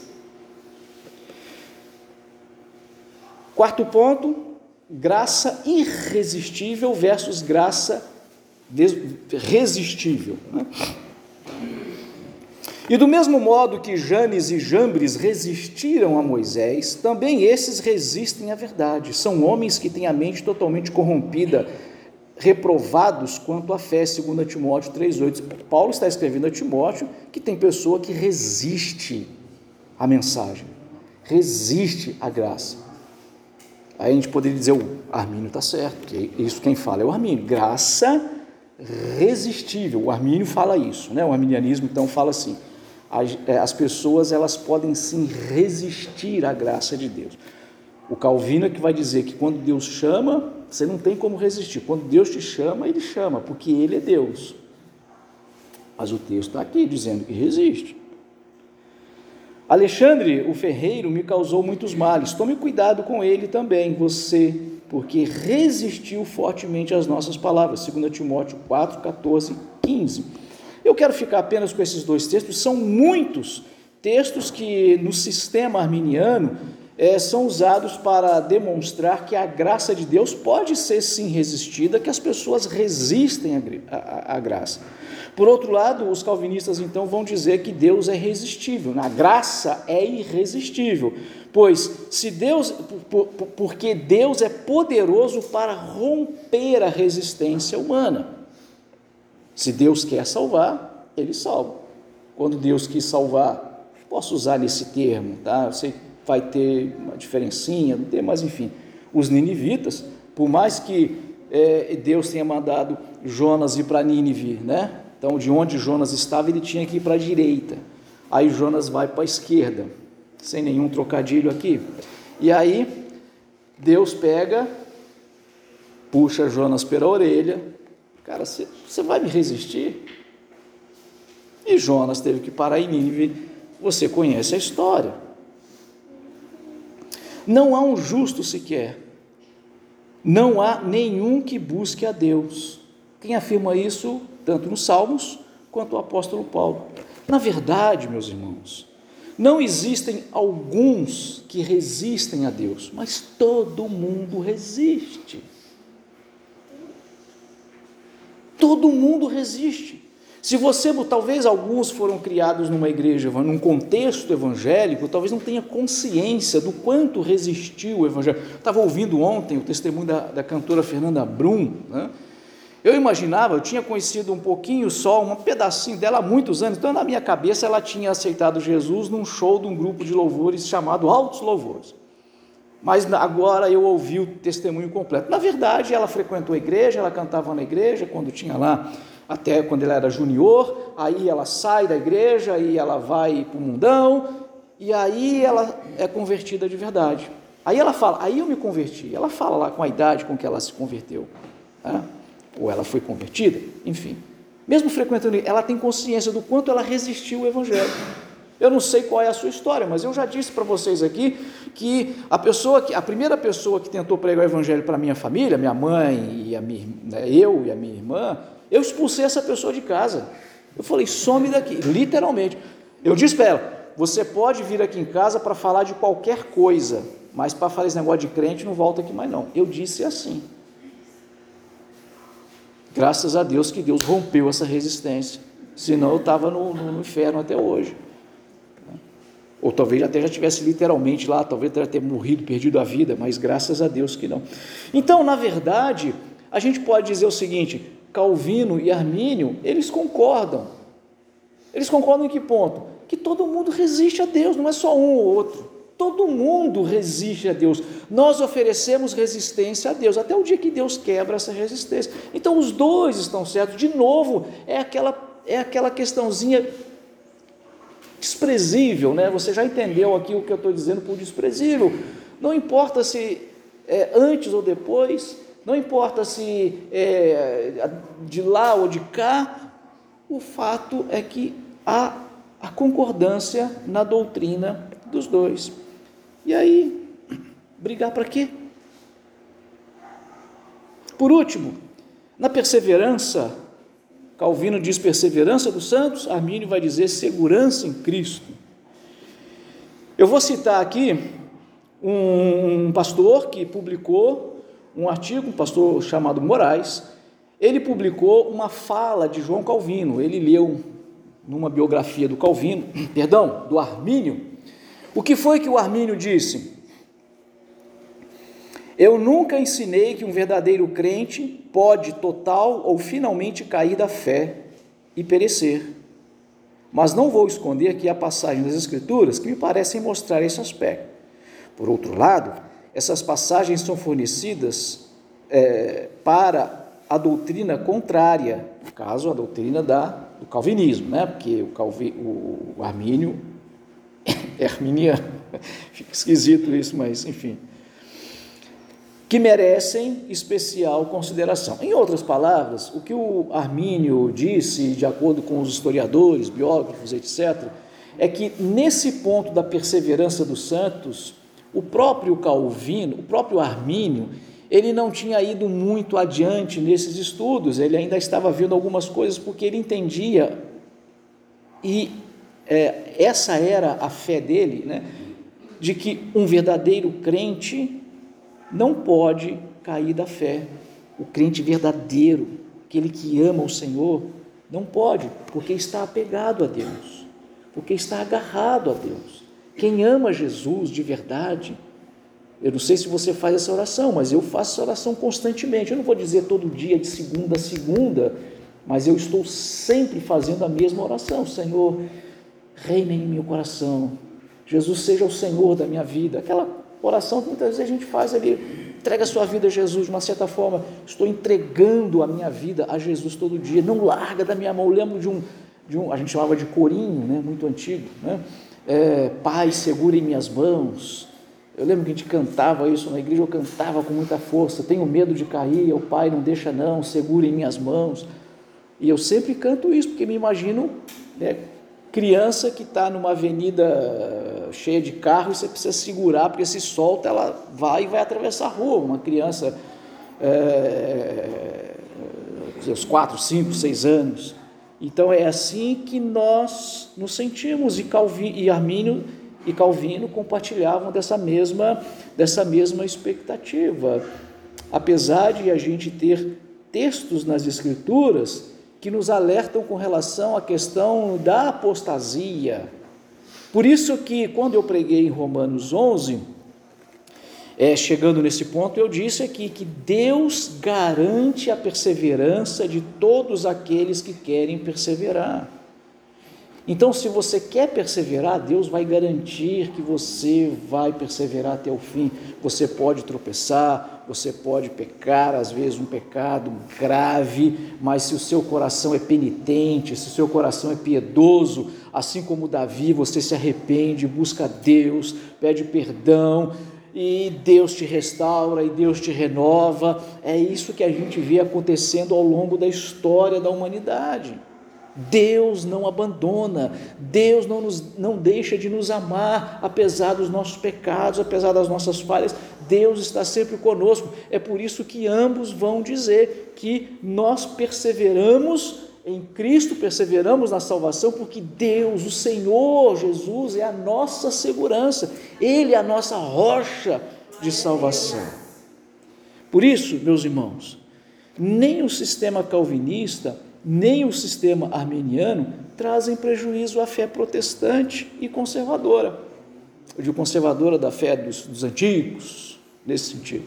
Quarto ponto, graça irresistível versus graça resistível, né? E do mesmo modo que Janes e Jambres resistiram a Moisés, também esses resistem à verdade. São homens que têm a mente totalmente corrompida, reprovados quanto à fé, segundo Timóteo três oito. Paulo está escrevendo a Timóteo que tem pessoa que resiste à mensagem, resiste à graça. Aí a gente poderia dizer, o Armínio está certo, que isso quem fala é o Armínio, graça resistível, o Armínio fala isso, né? O arminianismo então fala assim, as, as pessoas elas podem sim resistir à graça de Deus. O Calvino é que vai dizer que quando Deus chama, você não tem como resistir, quando Deus te chama, ele chama, porque ele é Deus, mas o texto está aqui dizendo que resiste. Alexandre, o ferreiro, me causou muitos males. Tome cuidado com ele também, você, porque resistiu fortemente às nossas palavras. Segunda Timóteo quatro, quatorze, quinze. Eu quero ficar apenas com esses dois textos. São muitos textos que no sistema arminiano é, são usados para demonstrar que a graça de Deus pode ser sim resistida, que as pessoas resistem à graça. Por outro lado, os calvinistas então vão dizer que Deus é resistível, a graça é irresistível, pois se Deus, porque Deus é poderoso para romper a resistência humana. Se Deus quer salvar, Ele salva. Quando Deus quis salvar, posso usar nesse termo, tá? Eu sei que vai ter uma diferencinha, não tem, mas enfim, os ninivitas, por mais que é, Deus tenha mandado Jonas ir para Nínive, né? Então, de onde Jonas estava, ele tinha que ir para a direita. Aí Jonas vai para a esquerda, sem nenhum trocadilho aqui. E aí, Deus pega, puxa Jonas pela orelha. Cara, você, você vai me resistir? E Jonas teve que parar em Nínive. Você conhece a história. Não há um justo sequer. Não há nenhum que busque a Deus. Quem afirma isso, tanto nos Salmos, quanto o apóstolo Paulo. Na verdade, meus irmãos, não existem alguns que resistem a Deus, mas todo mundo resiste. Todo mundo resiste. Se você, talvez alguns foram criados numa igreja, num contexto evangélico, talvez não tenha consciência do quanto resistiu o evangelho. Eu estava ouvindo ontem o testemunho da, da cantora Fernanda Brum, né? Eu imaginava, eu tinha conhecido um pouquinho só, um pedacinho dela há muitos anos, então na minha cabeça ela tinha aceitado Jesus num show de um grupo de louvores chamado Altos Louvores. Mas agora eu ouvi o testemunho completo. Na verdade, ela frequentou a igreja, ela cantava na igreja, quando tinha lá, até quando ela era junior, aí ela sai da igreja, aí ela vai para o mundão, e aí ela é convertida de verdade. Aí ela fala, aí eu me converti, ela fala lá com a idade com que ela se converteu, né? Ou ela foi convertida, enfim. Mesmo frequentando, ela tem consciência do quanto ela resistiu ao evangelho. Eu não sei qual é a sua história, mas eu já disse para vocês aqui que a pessoa que a primeira pessoa que tentou pregar o evangelho para a minha família, minha mãe e a minha, né, eu e a minha irmã, eu expulsei essa pessoa de casa. Eu falei, some daqui, literalmente. Eu disse para ela, você pode vir aqui em casa para falar de qualquer coisa, mas para falar esse negócio de crente não volta aqui mais não. Eu disse assim. Graças a Deus que Deus rompeu essa resistência, senão eu estava no, no, no inferno até hoje, ou talvez até já estivesse literalmente lá, talvez até ter morrido, perdido a vida, mas graças a Deus que não. Então, na verdade, a gente pode dizer o seguinte, Calvino e Armínio, eles concordam, eles concordam em que ponto? Que todo mundo resiste a Deus, não é só um ou outro. Todo mundo resiste a Deus, nós oferecemos resistência a Deus, até o dia que Deus quebra essa resistência. Então os dois estão certos, de novo, é aquela, é aquela questãozinha desprezível, né? Você já entendeu aqui o que eu estou dizendo por desprezível, não importa se é antes ou depois, não importa se é de lá ou de cá, o fato é que há a concordância na doutrina dos dois. E aí, brigar para quê? Por último, na perseverança, Calvino diz perseverança dos santos, Armínio vai dizer segurança em Cristo. Eu vou citar aqui um pastor que publicou um artigo, um pastor chamado Moraes, ele publicou uma fala de João Calvino, ele leu numa biografia do Calvino, perdão, do Armínio. O que foi que o Armínio disse? Eu nunca ensinei que um verdadeiro crente pode total ou finalmente cair da fé e perecer, mas não vou esconder que há passagens das Escrituras que me parecem mostrar esse aspecto. Por outro lado, essas passagens são fornecidas é, para a doutrina contrária, no caso, a doutrina da, do calvinismo, né? Porque o, Calvi, o, o Armínio é arminiano, fica esquisito isso, mas enfim, que merecem especial consideração. Em outras palavras, o que o Armínio disse, de acordo com os historiadores, biógrafos, etcétera, é que nesse ponto da perseverança dos santos, o próprio Calvino, o próprio Armínio, ele não tinha ido muito adiante nesses estudos, ele ainda estava vendo algumas coisas, porque ele entendia, e é, essa era a fé dele, né, de que um verdadeiro crente não pode cair da fé. O crente verdadeiro, aquele que ama o Senhor, não pode, porque está apegado a Deus, porque está agarrado a Deus. Quem ama Jesus de verdade, eu não sei se você faz essa oração, mas eu faço essa oração constantemente. Eu não vou dizer todo dia, de segunda a segunda, mas eu estou sempre fazendo a mesma oração. Senhor, reine em meu coração, Jesus seja o Senhor da minha vida. Aquela oração que muitas vezes a gente faz ali, entrega a sua vida a Jesus, de uma certa forma, estou entregando a minha vida a Jesus todo dia, não larga da minha mão. Eu lembro de um, de um a gente chamava de corinho, né, muito antigo, né? É, Pai, segura em minhas mãos. Eu lembro que a gente cantava isso na igreja, eu cantava com muita força, tenho medo de cair, o Pai não deixa não, segura em minhas mãos. E eu sempre canto isso, porque me imagino, né, criança que está numa avenida cheia de carro e você precisa segurar, porque se solta ela vai e vai atravessar a rua. Uma criança, é, uns quatro, cinco, seis anos. Então é assim que nós nos sentimos, e, Calvino, e Armínio e Calvino compartilhavam dessa mesma, dessa mesma expectativa, apesar de a gente ter textos nas Escrituras que nos alertam com relação à questão da apostasia. Por isso que quando eu preguei em Romanos onze, é, chegando nesse ponto, eu disse aqui que Deus garante a perseverança de todos aqueles que querem perseverar. Então, se você quer perseverar, Deus vai garantir que você vai perseverar até o fim. Você pode tropeçar, você pode pecar, às vezes um pecado grave, mas se o seu coração é penitente, se o seu coração é piedoso, assim como Davi, você se arrepende, busca Deus, pede perdão, e Deus te restaura, e Deus te renova. É isso que a gente vê acontecendo ao longo da história da humanidade. Deus não abandona, Deus não, nos, não deixa de nos amar, apesar dos nossos pecados, apesar das nossas falhas. Deus está sempre conosco. É por isso que ambos vão dizer que nós perseveramos em Cristo, perseveramos na salvação, porque Deus, o Senhor Jesus, é a nossa segurança, Ele é a nossa rocha de salvação. Por isso, meus irmãos, nem o sistema calvinista, nem o sistema arminiano trazem prejuízo à fé protestante e conservadora. Eu digo conservadora da fé dos, dos antigos, nesse sentido.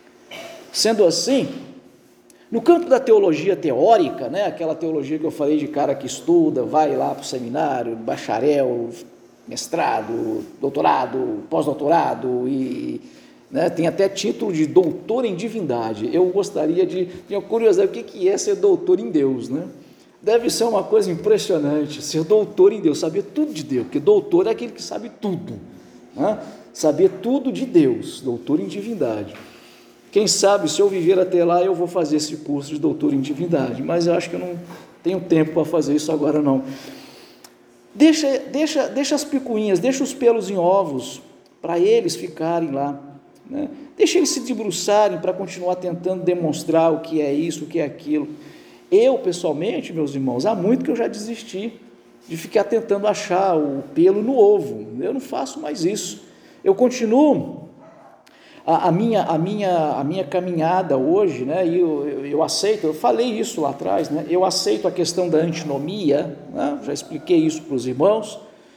Sendo assim, no campo da teologia teórica, né, aquela teologia que eu falei de cara que estuda, vai lá para o seminário, bacharel, mestrado, doutorado, pós-doutorado, e né, tem até título de doutor em divindade. Eu gostaria de, tenho curiosidade, o que é ser doutor em Deus, né? Deve ser uma coisa impressionante, ser doutor em Deus, saber tudo de Deus, porque doutor é aquele que sabe tudo, né? Saber tudo de Deus, doutor em divindade. Quem sabe, se eu viver até lá, eu vou fazer esse curso de doutor em divindade, mas eu acho que eu não tenho tempo para fazer isso agora não. Deixa, deixa, deixa as picuinhas, deixa os pelos em ovos, para eles ficarem lá, né? Deixa eles se debruçarem para continuar tentando demonstrar o que é isso, o que é aquilo. Eu, pessoalmente, meus irmãos, há muito que eu já desisti de ficar tentando achar o pelo no ovo. Eu não faço mais isso. Eu continuo a, a, minha, a, minha, a minha caminhada hoje, né? E eu, eu, eu aceito, eu falei isso lá atrás, né? Eu aceito a questão da antinomia, né? Já expliquei isso para os irmãos,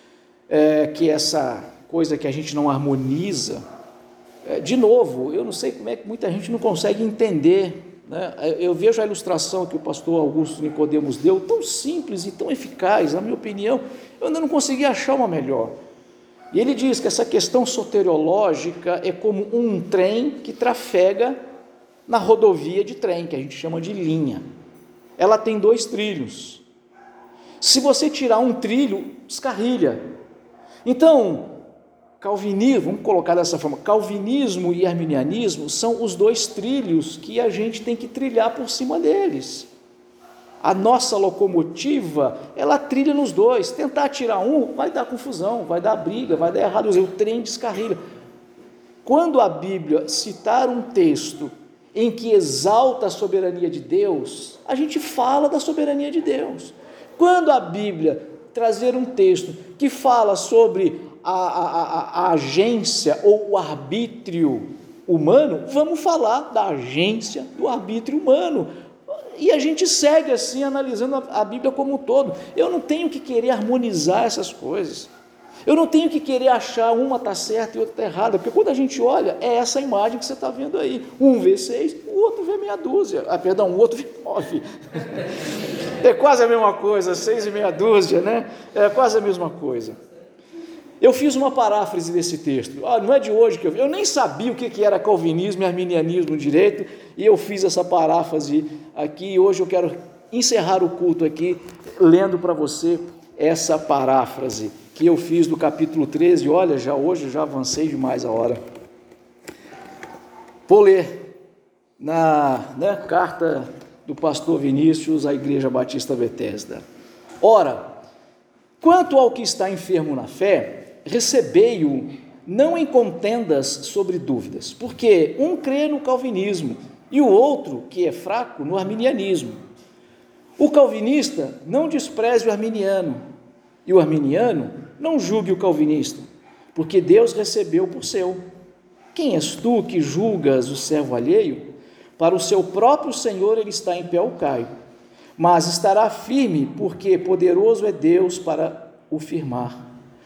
é, que essa coisa que a gente não harmoniza. É, de novo, eu não sei como é que muita gente não consegue entender, né? Eu vejo a ilustração que o pastor Augusto Nicodemos deu, tão simples e tão eficaz, na minha opinião, eu ainda não consegui achar uma melhor. E ele diz que essa questão soteriológica é como um trem que trafega na rodovia de trem, que a gente chama de linha. Ela tem dois trilhos. Se você tirar um trilho, descarrilha. Então, calvinismo, vamos colocar dessa forma, calvinismo e arminianismo são os dois trilhos que a gente tem que trilhar por cima deles. A nossa locomotiva, ela trilha nos dois. Tentar tirar um, vai dar confusão, vai dar briga, vai dar errado, o trem descarrilha. Quando a Bíblia citar um texto em que exalta a soberania de Deus, a gente fala da soberania de Deus. Quando a Bíblia trazer um texto que fala sobre a, a, a, a agência ou o arbítrio humano, vamos falar da agência do arbítrio humano. E a gente segue assim, analisando a, a Bíblia como um todo. Eu não tenho que querer harmonizar essas coisas. Eu não tenho que querer achar uma está certa e outra está errada, porque quando a gente olha, é essa imagem que você está vendo aí. Um vê seis, o outro vê meia dúzia. Ah, perdão, o outro vê nove. É quase a mesma coisa, seis e meia dúzia, né? É quase a mesma coisa. Eu fiz uma paráfrase desse texto. Ah, não é de hoje que eu vi. Eu nem sabia o que era calvinismo e arminianismo direito, e eu fiz essa paráfrase aqui, e hoje eu quero encerrar o culto aqui, lendo para você essa paráfrase que eu fiz do capítulo treze, olha, já hoje já avancei demais a hora. Vou ler na né, carta do pastor Vinícius à Igreja Batista Betesda. Ora, quanto ao que está enfermo na fé, recebei-o não em contendas sobre dúvidas, porque um crê no calvinismo e o outro, que é fraco, no arminianismo. O calvinista não despreze o arminiano, e o arminiano não julgue o calvinista, porque Deus recebeu por seu. Quem és tu que julgas o servo alheio? Para o seu próprio Senhor ele está em pé ou cai, mas estará firme, porque poderoso é Deus para o firmar.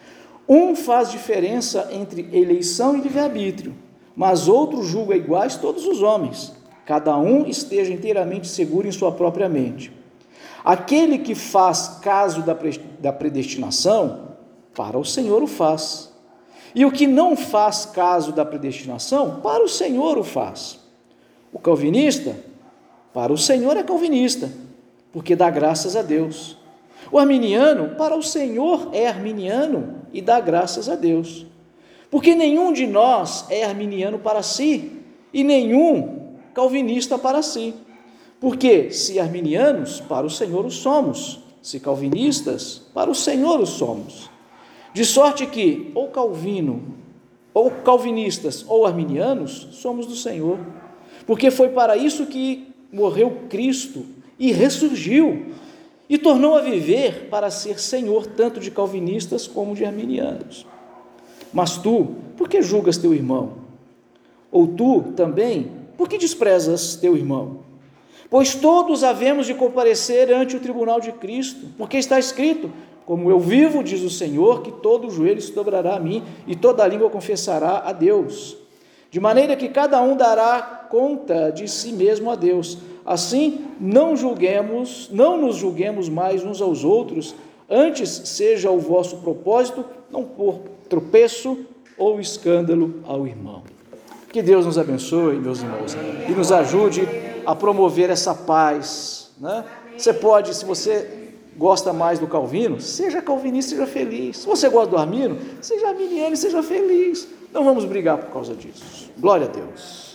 Um faz diferença entre eleição e livre-arbítrio, mas outro julga iguais todos os homens. Cada um esteja inteiramente seguro em sua própria mente. Aquele que faz caso da predestinação, para o Senhor o faz. E o que não faz caso da predestinação, para o Senhor o faz. O calvinista, para o Senhor é calvinista, porque dá graças a Deus. O arminiano, para o Senhor é arminiano e dá graças a Deus. Porque nenhum de nós é arminiano para si e nenhum calvinista para si. Porque se arminianos, para o Senhor o somos, se calvinistas, para o Senhor o somos. De sorte que, ou calvino, ou calvinistas, ou arminianos, somos do Senhor. Porque foi para isso que morreu Cristo e ressurgiu, e tornou a viver para ser Senhor tanto de calvinistas como de arminianos. Mas tu, por que julgas teu irmão? Ou tu também, por que desprezas teu irmão? Pois todos havemos de comparecer ante o tribunal de Cristo, porque está escrito: como eu vivo, diz o Senhor, que todo o joelho se dobrará a mim e toda a língua confessará a Deus. De maneira que cada um dará conta de si mesmo a Deus. Assim, não julguemos, não nos julguemos mais uns aos outros, antes seja o vosso propósito não pôr tropeço ou escândalo ao irmão. Que Deus nos abençoe, meus irmãos, e nos ajude a promover essa paz, né? Você pode, se você gosta mais do Calvino, seja calvinista, seja feliz. Se você gosta do Armino, seja arminiano e seja feliz. Não vamos brigar por causa disso. Glória a Deus.